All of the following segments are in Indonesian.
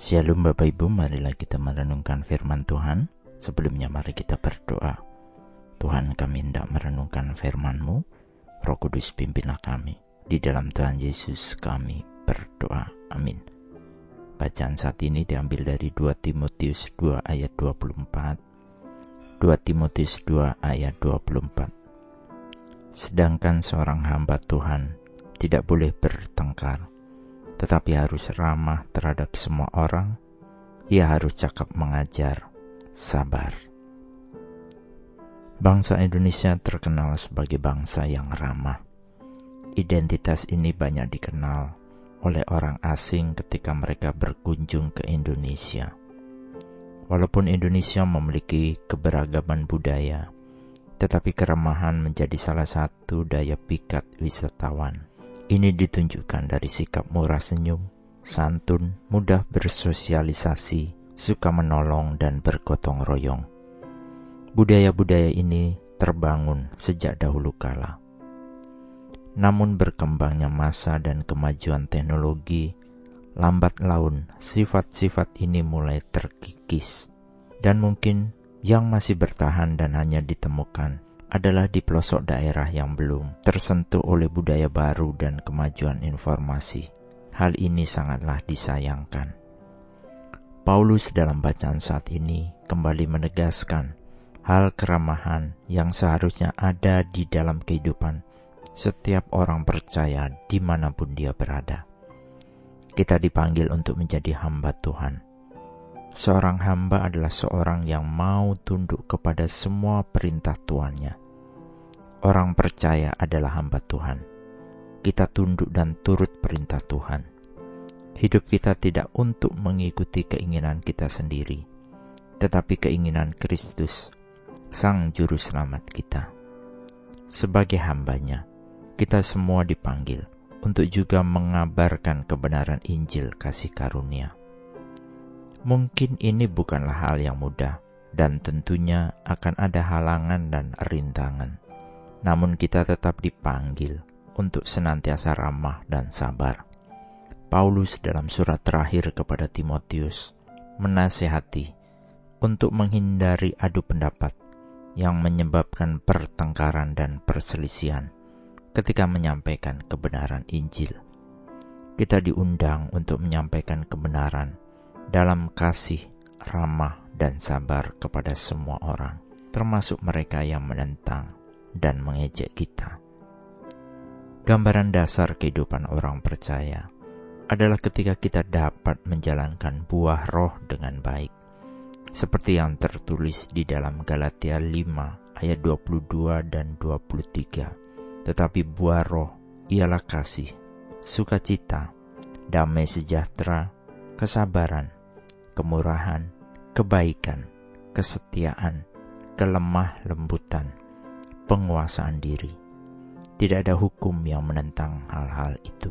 Shalom Bapak Ibu, marilah kita merenungkan firman Tuhan. Sebelumnya mari kita berdoa. Tuhan, kami hendak merenungkan firman-Mu. Roh Kudus pimpinlah kami. Di dalam Tuhan Yesus kami berdoa. Amin. Bacaan saat ini diambil dari 2 Timotius 2 ayat 24. 2 Timotius 2 ayat 24. Sedangkan seorang hamba Tuhan tidak boleh bertengkar, tetapi harus ramah terhadap semua orang. Ia harus cakap mengajar, sabar. Bangsa Indonesia terkenal sebagai bangsa yang ramah. Identitas ini banyak dikenal oleh orang asing ketika mereka berkunjung ke Indonesia. Walaupun Indonesia memiliki keberagaman budaya, tetapi keramahan menjadi salah satu daya pikat wisatawan. Ini ditunjukkan dari sikap murah senyum, santun, mudah bersosialisasi, suka menolong dan bergotong royong. Budaya-budaya ini terbangun sejak dahulu kala. Namun berkembangnya masa dan kemajuan teknologi, lambat laun sifat-sifat ini mulai terkikis. Dan mungkin yang masih bertahan dan hanya ditemukan adalah di pelosok daerah yang belum tersentuh oleh budaya baru dan kemajuan informasi. Hal ini sangatlah disayangkan. Paulus dalam bacaan saat ini kembali menegaskan hal keramahan yang seharusnya ada di dalam kehidupan setiap orang percaya dimanapun dia berada. Kita dipanggil untuk menjadi hamba Tuhan. Seorang hamba adalah seorang yang mau tunduk kepada semua perintah tuannya. Orang percaya adalah hamba Tuhan. Kita tunduk dan turut perintah Tuhan. Hidup kita tidak untuk mengikuti keinginan kita sendiri, tetapi keinginan Kristus, Sang Juru Selamat kita. Sebagai hambanya, kita semua dipanggil untuk juga mengabarkan kebenaran Injil kasih karunia. Mungkin ini bukanlah hal yang mudah, dan tentunya akan ada halangan dan rintangan. Namun kita tetap dipanggil untuk senantiasa ramah dan sabar. Paulus dalam surat terakhir kepada Timotius menasihati untuk menghindari adu pendapat yang menyebabkan pertengkaran dan perselisihan ketika menyampaikan kebenaran Injil. Kita diundang untuk menyampaikan kebenaran dalam kasih, ramah, dan sabar kepada semua orang, termasuk mereka yang menentang dan mengejek kita. Gambaran dasar kehidupan orang percaya adalah ketika kita dapat menjalankan buah roh dengan baik, seperti yang tertulis di dalam Galatia 5 ayat 22 dan 23. Tetapi buah roh ialah kasih, sukacita, damai sejahtera, kesabaran, kemurahan, kebaikan, kesetiaan, kelemah lembutan, penguasaan diri. Tidak ada hukum yang menentang hal-hal itu.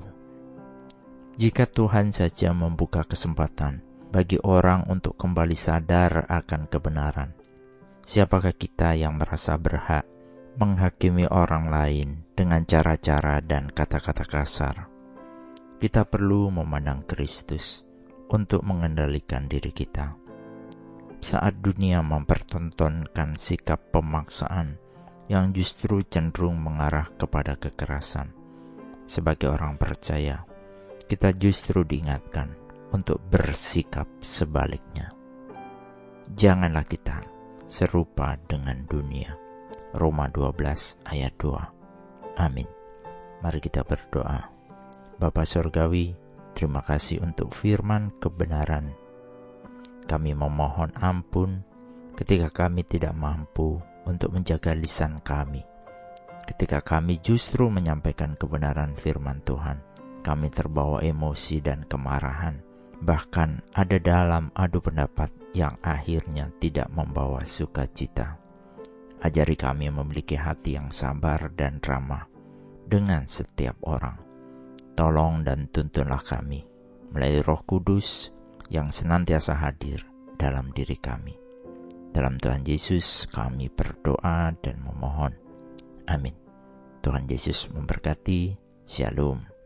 Jika Tuhan saja membuka kesempatan bagi orang untuk kembali sadar akan kebenaran, siapakah kita yang merasa berhak menghakimi orang lain dengan cara-cara dan kata-kata kasar? Kita perlu memandang Kristus untuk mengendalikan diri kita. Saat dunia mempertontonkan sikap pemaksaan yang justru cenderung mengarah kepada kekerasan, sebagai orang percaya, kita justru diingatkan untuk bersikap sebaliknya. Janganlah kita serupa dengan dunia. Roma 12 ayat 2. Amin. Mari kita berdoa. Bapa Surgawi, terima kasih untuk firman kebenaran. Kami memohon ampun ketika kami tidak mampu untuk menjaga lisan kami. Ketika kami justru menyampaikan kebenaran firman Tuhan, kami terbawa emosi dan kemarahan. Bahkan ada dalam adu pendapat yang akhirnya tidak membawa sukacita. Ajari kami memiliki hati yang sabar dan ramah dengan setiap orang. Tolong dan tuntunlah kami melalui Roh Kudus yang senantiasa hadir dalam diri kami. Dalam Tuhan Yesus kami berdoa dan memohon. Amin. Tuhan Yesus memberkati. Shalom.